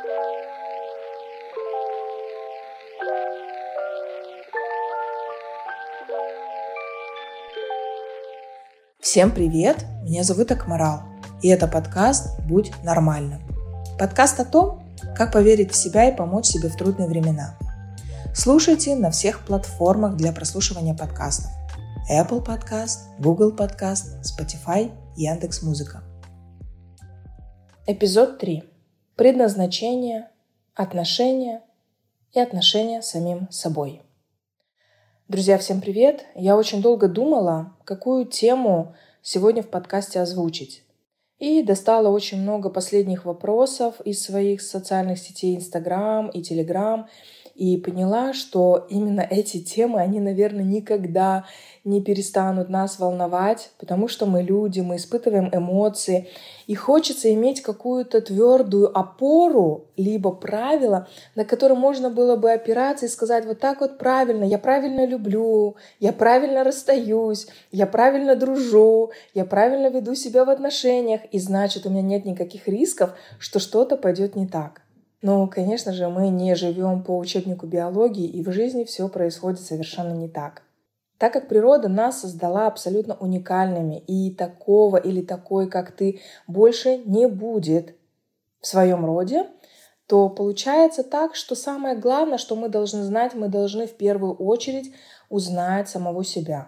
Всем привет! Меня зовут Акмарал, и это подкаст «Будь нормальным». Подкаст о том, как поверить в себя и помочь себе в трудные времена. Слушайте на всех платформах для прослушивания подкастов: Apple Podcast, Google Podcast, Spotify, Яндекс.Музыка. Эпизод 3. Предназначение, отношения и отношения с самим собой. Друзья, всем привет! Я очень долго думала, какую тему сегодня в подкасте озвучить. И достала очень много последних вопросов из своих социальных сетей Instagram и Telegram. И поняла, что именно эти темы, они, наверное, никогда не перестанут нас волновать, потому что мы люди, мы испытываем эмоции. И хочется иметь какую-то твердую опору, либо правило, на которое можно было бы опираться и сказать: вот так вот правильно, я правильно люблю, я правильно расстаюсь, я правильно дружу, я правильно веду себя в отношениях, и значит, у меня нет никаких рисков, что что-то пойдет не так. Но, конечно же, мы не живем по учебнику биологии, и в жизни все происходит совершенно не так. Так как природа нас создала абсолютно уникальными, и такого или такой, как ты, больше не будет в своем роде, то получается так, что самое главное, что мы должны знать, мы должны в первую очередь узнать самого себя.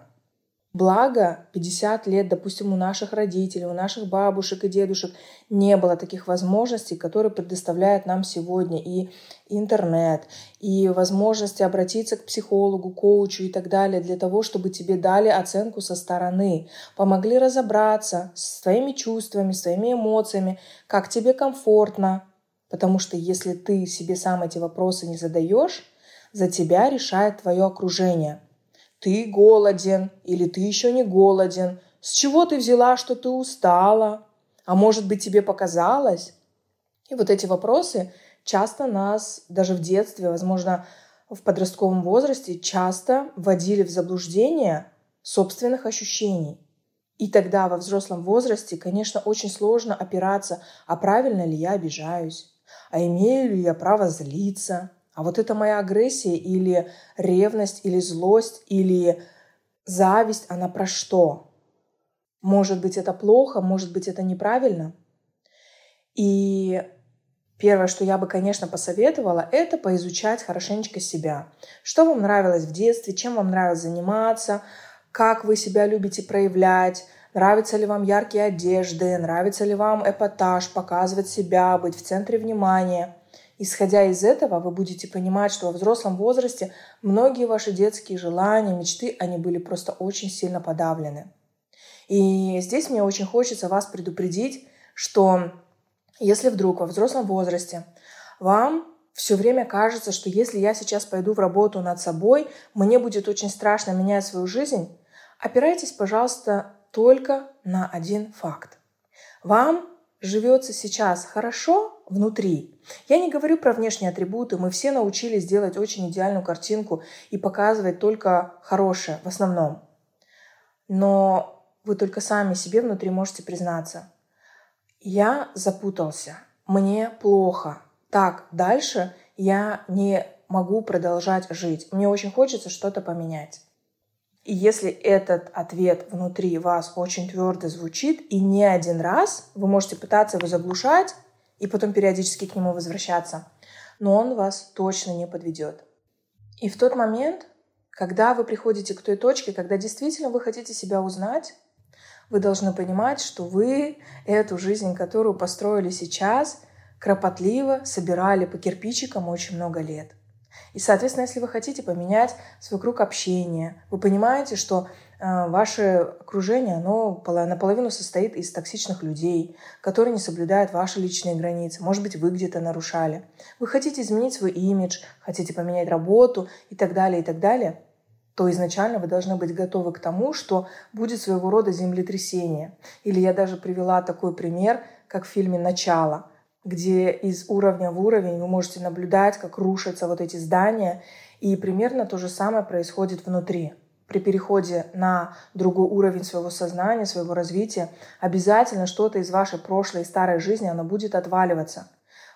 Благо, 50 лет, допустим, у наших родителей, у наших бабушек и дедушек не было таких возможностей, которые предоставляет нам сегодня и интернет, и возможности обратиться к психологу, коучу и так далее, для того, чтобы тебе дали оценку со стороны, помогли разобраться с твоими чувствами, своими эмоциями, как тебе комфортно. Потому что если ты себе сам эти вопросы не задаешь, за тебя решает твое окружение. Ты голоден или ты еще не голоден? С чего ты взяла, что ты устала? А может быть, тебе показалось? И вот эти вопросы часто нас, даже в детстве, возможно, в подростковом возрасте, часто вводили в заблуждение собственных ощущений. И тогда во взрослом возрасте, конечно, очень сложно опираться, а правильно ли я обижаюсь? А имею ли я право злиться? А вот это моя агрессия или ревность, или злость, или зависть, она про что? Может быть, это плохо, может быть, это неправильно. И первое, что я бы, конечно, посоветовала, это поизучать хорошенечко себя. Что вам нравилось в детстве, чем вам нравилось заниматься, как вы себя любите проявлять, нравятся ли вам яркие одежды, нравится ли вам эпатаж, показывать себя, быть в центре внимания. Исходя из этого, вы будете понимать, что во взрослом возрасте многие ваши детские желания, мечты, они были просто очень сильно подавлены. И здесь мне очень хочется вас предупредить, что если вдруг во взрослом возрасте вам все время кажется, что если я сейчас пойду в работу над собой, мне будет очень страшно менять свою жизнь, опирайтесь, пожалуйста, только на один факт. Вам живется сейчас хорошо внутри. Я не говорю про внешние атрибуты. Мы все научились делать очень идеальную картинку и показывать только хорошее в основном. Но вы только сами себе внутри можете признаться: я запутался, мне плохо. Так, дальше я не могу продолжать жить. Мне очень хочется что-то поменять. И если этот ответ внутри вас очень твердо звучит, и не один раз, вы можете пытаться его заглушать и потом периодически к нему возвращаться, но он вас точно не подведет. И в тот момент, когда вы приходите к той точке, когда действительно вы хотите себя узнать, вы должны понимать, что вы эту жизнь, которую построили сейчас, кропотливо собирали по кирпичикам очень много лет. И, соответственно, если вы хотите поменять свой круг общения, вы понимаете, что ваше окружение, оно наполовину состоит из токсичных людей, которые не соблюдают ваши личные границы. Может быть, вы где-то нарушали. Вы хотите изменить свой имидж, хотите поменять работу и так далее, то изначально вы должны быть готовы к тому, что будет своего рода землетрясение. Или я даже привела такой пример, как в фильме «Начало», где из уровня в уровень вы можете наблюдать, как рушатся вот эти здания. И примерно то же самое происходит внутри. При переходе на другой уровень своего сознания, своего развития, обязательно что-то из вашей прошлой и старой жизни, оно будет отваливаться.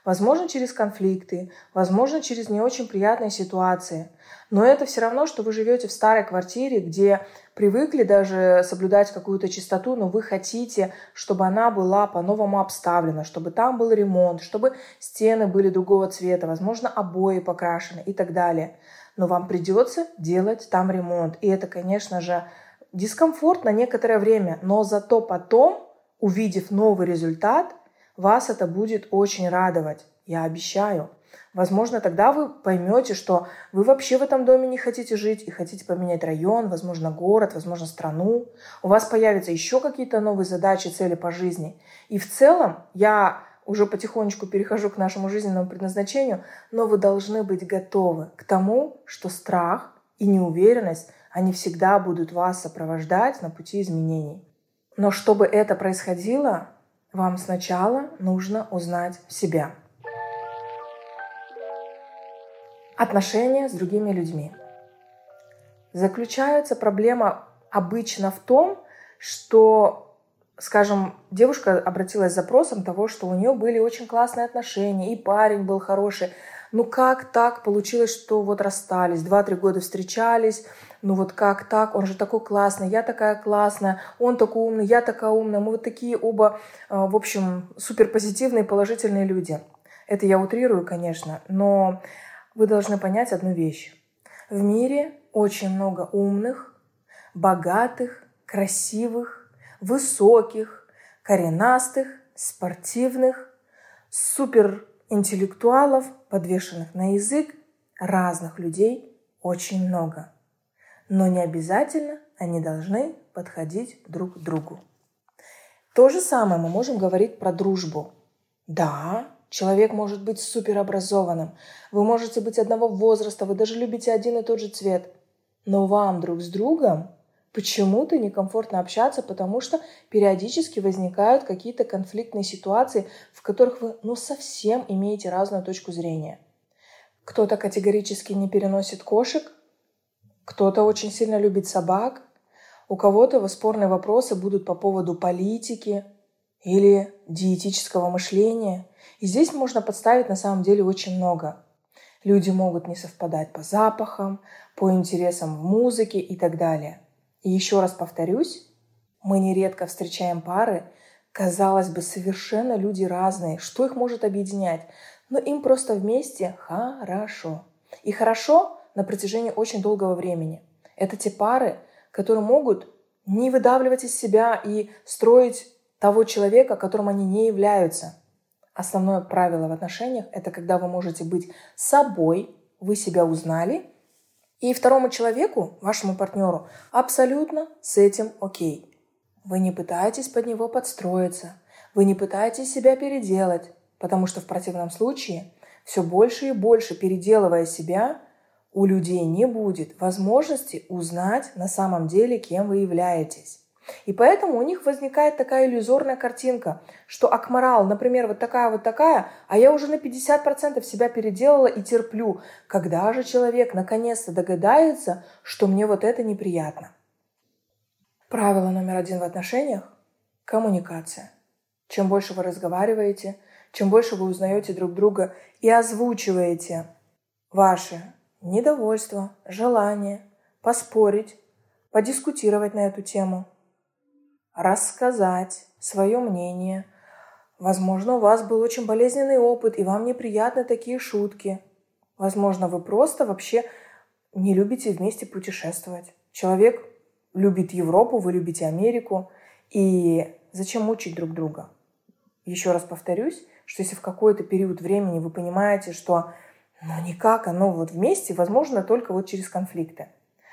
Возможно, через конфликты, возможно, через не очень приятные ситуации. Но это все равно, что вы живете в старой квартире, где привыкли даже соблюдать какую-то чистоту, но вы хотите, чтобы она была по-новому обставлена, чтобы там был ремонт, чтобы стены были другого цвета, возможно, обои покрашены и так далее. Но вам придется делать там ремонт. И это, конечно же, дискомфорт на некоторое время, но зато потом, увидев новый результат, вас это будет очень радовать, я обещаю. Возможно, тогда вы поймете, что вы вообще в этом доме не хотите жить и хотите поменять район, возможно, город, возможно, страну. У вас появятся еще какие-то новые задачи, цели по жизни. И в целом я уже потихонечку перехожу к нашему жизненному предназначению, но вы должны быть готовы к тому, что страх и неуверенность, они всегда будут вас сопровождать на пути изменений. Но чтобы это происходило, вам сначала нужно узнать себя. Отношения с другими людьми. Заключается проблема обычно в том, что, скажем, девушка обратилась с запросом того, что у нее были очень классные отношения, и парень был хороший. Ну как так получилось, что вот расстались, 2-3 года встречались, ну вот как так, он же такой классный, я такая классная, он такой умный, я такая умная, мы вот такие оба, в общем, суперпозитивные, положительные люди. Это я утрирую, конечно, но вы должны понять одну вещь. В мире очень много умных, богатых, красивых, высоких, коренастых, спортивных, суперинтеллектуалов, подвешенных на язык, разных людей очень много. Но не обязательно они должны подходить друг к другу. То же самое мы можем говорить про дружбу. Да, человек может быть суперобразованным, вы можете быть одного возраста, вы даже любите один и тот же цвет, но вам друг с другом почему-то некомфортно общаться, потому что периодически возникают какие-то конфликтные ситуации, в которых вы совсем имеете разную точку зрения. Кто-то категорически не переносит кошек, кто-то очень сильно любит собак, у кого-то спорные вопросы будут по поводу политики или диетического мышления. И здесь можно подставить на самом деле очень много. Люди могут не совпадать по запахам, по интересам в музыке и так далее. И еще раз повторюсь, мы нередко встречаем пары, казалось бы, совершенно люди разные. Что их может объединять? Но им просто вместе хорошо. И хорошо на протяжении очень долгого времени. Это те пары, которые могут не выдавливать из себя и строить того человека, которым они не являются. Основное правило в отношениях – это когда вы можете быть собой, вы себя узнали, и второму человеку, вашему партнеру, абсолютно с этим окей. Вы не пытаетесь под него подстроиться, вы не пытаетесь себя переделать, потому что в противном случае все больше и больше, переделывая себя, у людей не будет возможности узнать на самом деле, кем вы являетесь. И поэтому у них возникает такая иллюзорная картинка, что Акмарал, например, вот такая, а я уже на 50% себя переделала и терплю. Когда же человек наконец-то догадается, что мне вот это неприятно? Правило номер 1 в отношениях – коммуникация. Чем больше вы разговариваете, чем больше вы узнаете друг друга и озвучиваете ваши недовольство, желание поспорить, подискутировать на эту тему, рассказать свое мнение. Возможно, у вас был очень болезненный опыт, и вам неприятны такие шутки. Возможно, вы просто вообще не любите вместе путешествовать. Человек любит Европу, вы любите Америку. И зачем мучить друг друга? Еще раз повторюсь, что если в какой-то период времени вы понимаете, что никак оно вместе, возможно, только через конфликты.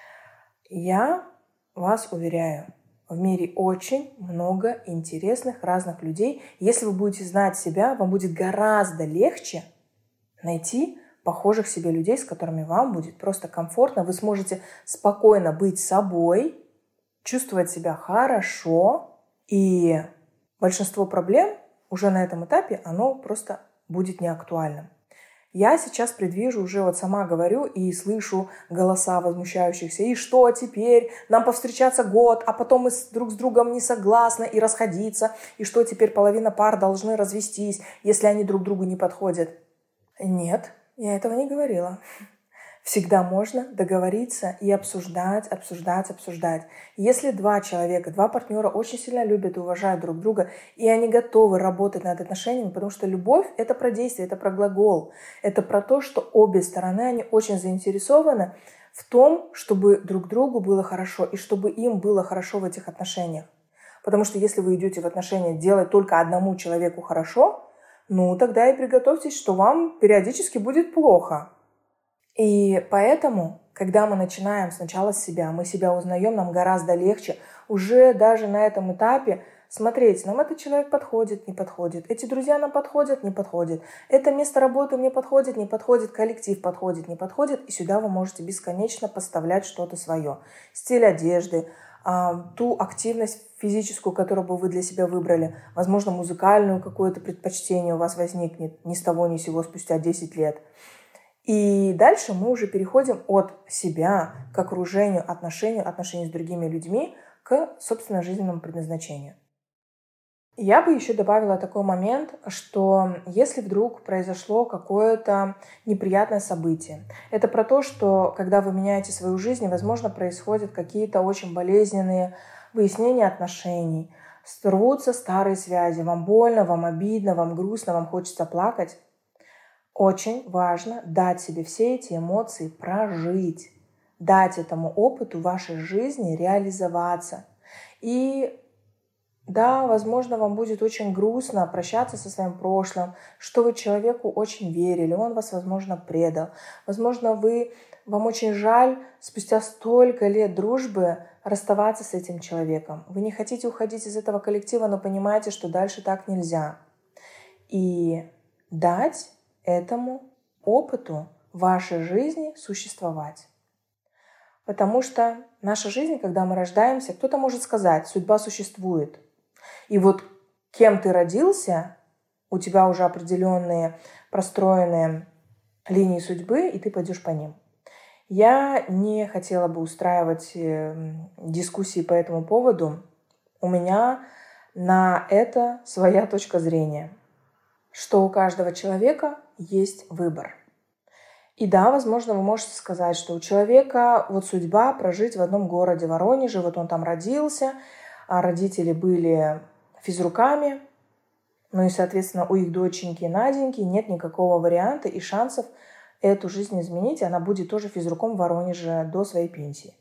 Я вас уверяю, в мире очень много интересных разных людей. Если вы будете знать себя, вам будет гораздо легче найти похожих себе людей, с которыми вам будет просто комфортно. Вы сможете спокойно быть собой, чувствовать себя хорошо. И большинство проблем уже на этом этапе, оно просто будет неактуальным. Я сейчас предвижу, уже вот сама говорю и слышу голоса возмущающихся. И что теперь? Нам повстречаться год, а потом мы друг с другом не согласны и расходиться. И что теперь половина пар должны развестись, если они друг другу не подходят? Нет, я этого не говорила. Всегда можно договориться и обсуждать. Если два человека, два партнера очень сильно любят и уважают друг друга, и они готовы работать над отношениями, потому что любовь — это про действие, это про глагол, это про то, что обе стороны, они очень заинтересованы в том, чтобы друг другу было хорошо и чтобы им было хорошо в этих отношениях. Потому что если вы идете в отношения делать только одному человеку хорошо, тогда и приготовьтесь, что вам периодически будет плохо. И поэтому, когда мы начинаем сначала с себя, мы себя узнаем, нам гораздо легче уже даже на этом этапе смотреть, нам этот человек подходит, не подходит, эти друзья нам подходят, не подходят, это место работы мне подходит, не подходит, коллектив подходит, не подходит, и сюда вы можете бесконечно поставлять что-то свое. Стиль одежды, ту активность физическую, которую бы вы для себя выбрали, возможно, музыкальную какое-то предпочтение у вас возникнет ни с того ни с сего спустя 10 лет. И дальше мы уже переходим от себя к окружению, отношению с другими людьми, к, собственно, жизненному предназначению. Я бы еще добавила такой момент, что если вдруг произошло какое-то неприятное событие, это про то, что когда вы меняете свою жизнь, возможно, происходят какие-то очень болезненные выяснения отношений, рвутся старые связи, вам больно, вам обидно, вам грустно, вам хочется плакать. Очень важно дать себе все эти эмоции прожить, дать этому опыту в вашей жизни реализоваться. И да, возможно, вам будет очень грустно прощаться со своим прошлым, что вы человеку очень верили, он вас, возможно, предал. Возможно, вам очень жаль спустя столько лет дружбы расставаться с этим человеком. Вы не хотите уходить из этого коллектива, но понимаете, что дальше так нельзя. И дать этому опыту в вашей жизни существовать. Потому что наша жизнь, когда мы рождаемся, кто-то может сказать, судьба существует. И вот кем ты родился, у тебя уже определенные простроенные линии судьбы, и ты пойдешь по ним. Я не хотела бы устраивать дискуссии по этому поводу. У меня на это своя точка зрения, что у каждого человека есть выбор. И да, возможно, вы можете сказать, что у человека судьба прожить в одном городе, Воронеже, он там родился, а родители были физруками, и, соответственно, у их доченьки Наденьки нет никакого варианта и шансов эту жизнь изменить, и она будет тоже физруком в Воронеже до своей пенсии.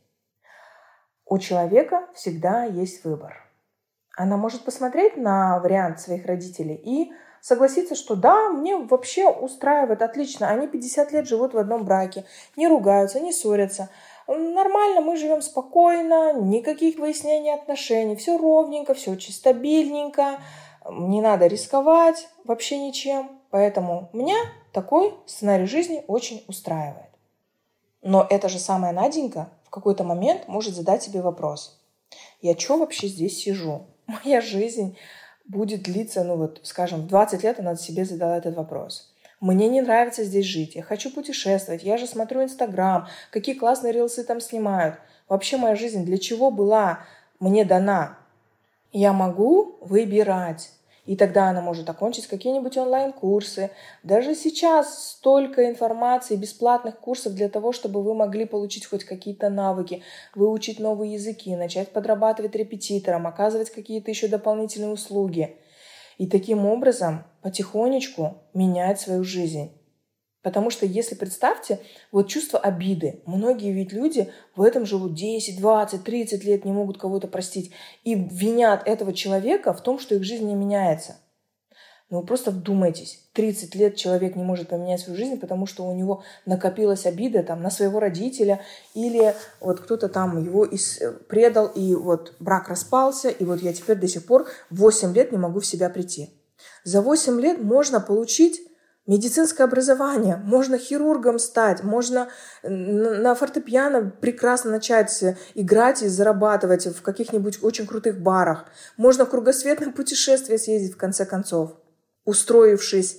У человека всегда есть выбор. Она может посмотреть на вариант своих родителей и согласиться, что да, мне вообще устраивает, отлично, они 50 лет живут в одном браке, не ругаются, не ссорятся. Нормально, мы живем спокойно, никаких выяснений отношений, все ровненько, все очень стабильненько, не надо рисковать вообще ничем. Поэтому меня такой сценарий жизни очень устраивает. Но эта же самая Наденька в какой-то момент может задать себе вопрос. Я что вообще здесь сижу? Моя жизнь будет длиться, скажем, в 20 лет она себе задала этот вопрос. Мне не нравится здесь жить, я хочу путешествовать, я же смотрю Инстаграм, какие классные рилсы там снимают. Вообще моя жизнь для чего была мне дана? Я могу выбирать. И тогда она может окончить какие-нибудь онлайн-курсы. Даже сейчас столько информации, бесплатных курсов для того, чтобы вы могли получить хоть какие-то навыки, выучить новые языки, начать подрабатывать репетитором, оказывать какие-то еще дополнительные услуги. И таким образом потихонечку менять свою жизнь. Потому что если представьте, чувство обиды. Многие ведь люди в этом живут 10, 20, 30 лет, не могут кого-то простить. И винят этого человека в том, что их жизнь не меняется. Но вы просто вдумайтесь. 30 лет человек не может поменять свою жизнь, потому что у него накопилась обида на своего родителя. Или кто-то там его предал, и брак распался. И я теперь до сих пор 8 лет не могу в себя прийти. За 8 лет можно получить медицинское образование, можно хирургом стать, можно на фортепиано прекрасно начать играть и зарабатывать в каких-нибудь очень крутых барах. Можно в кругосветное путешествие съездить в конце концов, устроившись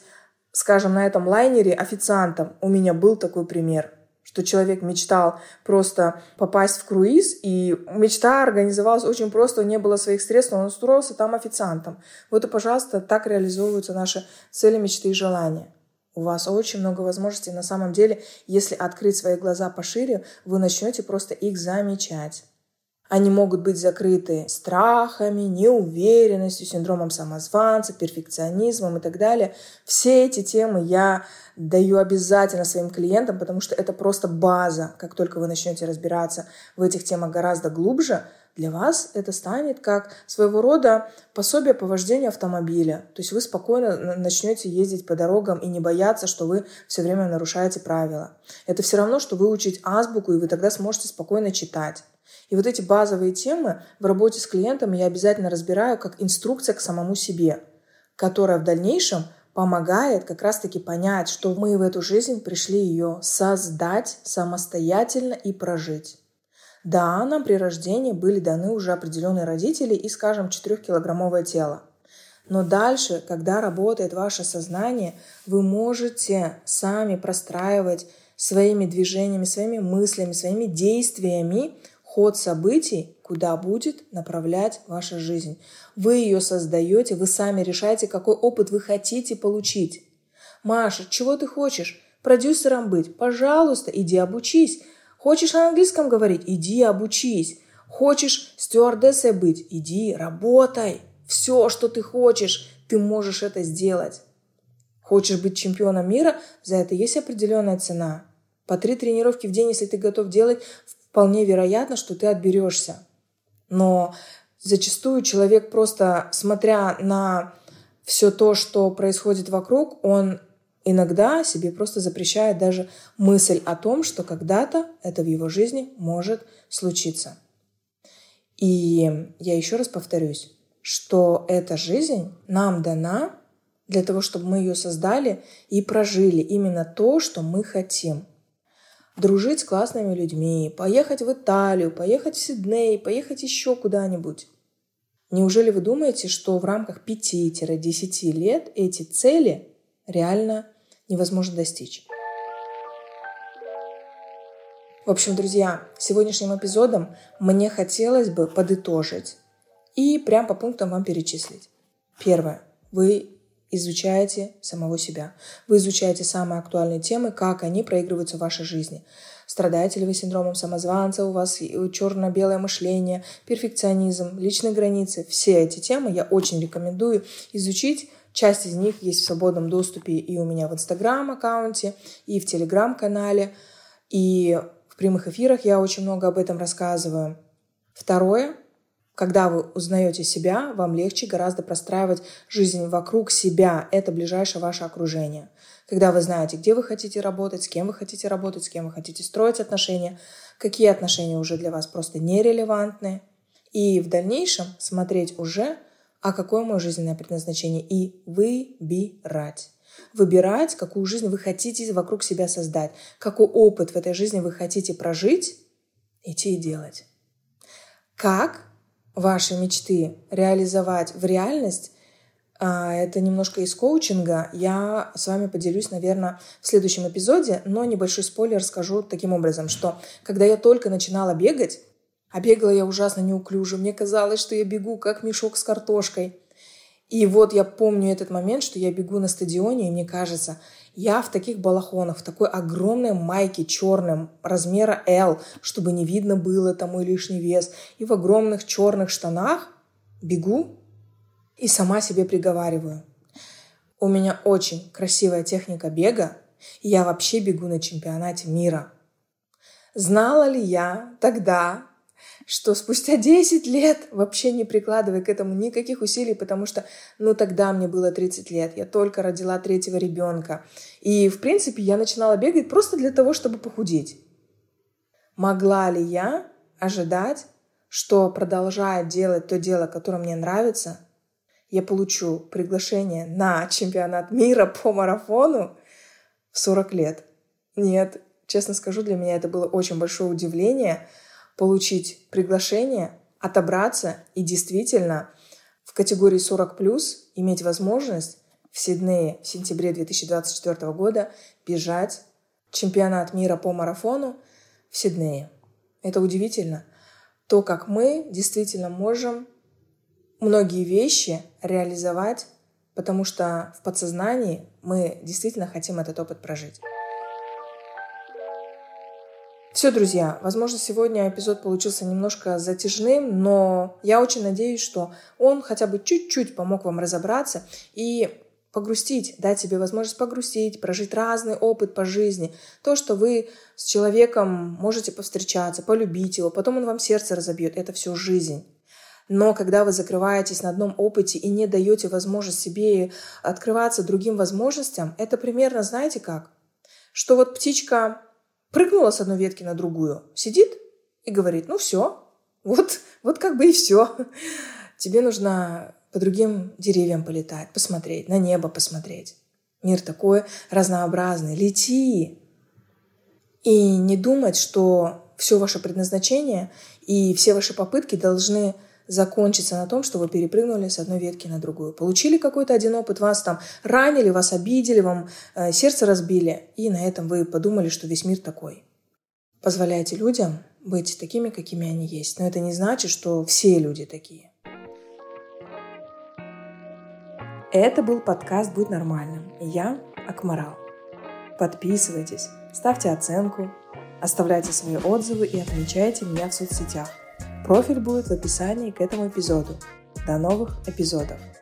скажем, на этом лайнере официантом. У меня был такой пример, что человек мечтал просто попасть в круиз, и мечта организовалась очень просто, не было своих средств, но он устроился там официантом. Вот и, пожалуйста, так реализовываются наши цели, мечты и желания. У вас очень много возможностей. На самом деле, если открыть свои глаза пошире, вы начнете просто их замечать. Они могут быть закрыты страхами, неуверенностью, синдромом самозванца, перфекционизмом и так далее. Все эти темы я даю обязательно своим клиентам, потому что это просто база. Как только вы начнете разбираться в этих темах гораздо глубже, для вас это станет как своего рода пособие по вождению автомобиля. То есть вы спокойно начнете ездить по дорогам и не бояться, что вы все время нарушаете правила. Это все равно, что выучить азбуку, и вы тогда сможете спокойно читать. И вот эти базовые темы в работе с клиентом я обязательно разбираю как инструкция к самому себе, которая в дальнейшем помогает как раз-таки понять, что мы в эту жизнь пришли ее создать самостоятельно и прожить. Да, нам при рождении были даны уже определенные родители и, скажем, 4-килограммовое тело. Но дальше, когда работает ваше сознание, вы можете сами простраивать своими движениями, своими мыслями, своими действиями ход событий, куда будет направлять ваша жизнь. Вы ее создаете, вы сами решаете, какой опыт вы хотите получить. Маша, чего ты хочешь? Продюсером быть? Пожалуйста, иди обучись. Хочешь на английском говорить? Иди обучись. Хочешь стюардессой быть? Иди работай. Все, что ты хочешь, ты можешь это сделать. Хочешь быть чемпионом мира? За это есть определенная цена. По 3 тренировки в день, если ты готов делать, вполне вероятно, что ты отберешься. Но зачастую человек просто, смотря на все то, что происходит вокруг, он иногда себе просто запрещает даже мысль о том, что когда-то это в его жизни может случиться. И я еще раз повторюсь, что эта жизнь нам дана для того, чтобы мы ее создали и прожили именно то, что мы хотим. Дружить с классными людьми, поехать в Италию, поехать в Сидней, поехать еще куда-нибудь. Неужели вы думаете, что в рамках 5-10 лет эти цели реально невозможно достичь? В общем, друзья, сегодняшним эпизодом мне хотелось бы подытожить и прям по пунктам вам перечислить. Первое. Вы изучаете самого себя. Вы изучаете самые актуальные темы, как они проигрываются в вашей жизни. Страдаете ли вы синдромом самозванца, у вас черно-белое мышление, перфекционизм, личные границы. Все эти темы я очень рекомендую изучить. Часть из них есть в свободном доступе и у меня в Инстаграм-аккаунте, и в Телеграм-канале, и в прямых эфирах я очень много об этом рассказываю. Второе. Когда вы узнаете себя, вам легче гораздо простраивать жизнь вокруг себя. Это ближайшее ваше окружение. Когда вы знаете, где вы хотите работать, с кем вы хотите работать, с кем вы хотите строить отношения, какие отношения уже для вас просто нерелевантны. И в дальнейшем смотреть уже, а какое мое жизненное предназначение, и выбирать. Выбирать, какую жизнь вы хотите вокруг себя создать, какой опыт в этой жизни вы хотите прожить, идти и делать. Как ваши мечты реализовать в реальность, это немножко из коучинга. Я с вами поделюсь, наверное, в следующем эпизоде, но небольшой спойлер скажу таким образом, что когда я только начинала бегать, а бегала я ужасно неуклюже, мне казалось, что я бегу как мешок с картошкой. И вот я помню этот момент, что я бегу на стадионе, и мне кажется, я в таких балахонах, в такой огромной майке черном размера L, чтобы не видно было там мой лишний вес, и в огромных черных штанах бегу и сама себе приговариваю. У меня очень красивая техника бега, и я вообще бегу на чемпионате мира. Знала ли я тогда, что спустя 10 лет, вообще не прикладывая к этому никаких усилий, потому что, тогда мне было 30 лет, я только родила 3-го ребенка. И, в принципе, я начинала бегать просто для того, чтобы похудеть. Могла ли я ожидать, что, продолжая делать то дело, которое мне нравится, я получу приглашение на чемпионат мира по марафону в 40 лет? Нет, честно скажу, для меня это было очень большое удивление – получить приглашение, отобраться и действительно в категории 40+, иметь возможность в Сиднее в сентябре 2024 года бежать чемпионат мира по марафону в Сиднее. Это удивительно. То, как мы действительно можем многие вещи реализовать, потому что в подсознании мы действительно хотим этот опыт прожить. Все, друзья, возможно, сегодня эпизод получился немножко затяжным, но я очень надеюсь, что он хотя бы чуть-чуть помог вам разобраться и погрустить, дать себе возможность погрустить, прожить разный опыт по жизни. То, что вы с человеком можете повстречаться, полюбить его, потом он вам сердце разобьет. Это все жизнь. Но когда вы закрываетесь на одном опыте и не даете возможность себе открываться другим возможностям, это примерно, знаете как? Что вот птичка прыгнула с одной ветки на другую, сидит и говорит, ну все, вот как бы и все. Тебе нужно по другим деревьям полетать, посмотреть, на небо посмотреть. Мир такой разнообразный, лети. И не думать, что все ваше предназначение и все ваши попытки должны закончиться на том, что вы перепрыгнули с одной ветки на другую. Получили какой-то один опыт, вас там ранили, вас обидели, вам сердце разбили, и на этом вы подумали, что весь мир такой. Позволяйте людям быть такими, какими они есть. Но это не значит, что все люди такие. Это был подкаст «Будь нормальным». И я Акмарал. Подписывайтесь, ставьте оценку, оставляйте свои отзывы и отмечайте меня в соцсетях. Профиль будет в описании к этому эпизоду. До новых эпизодов!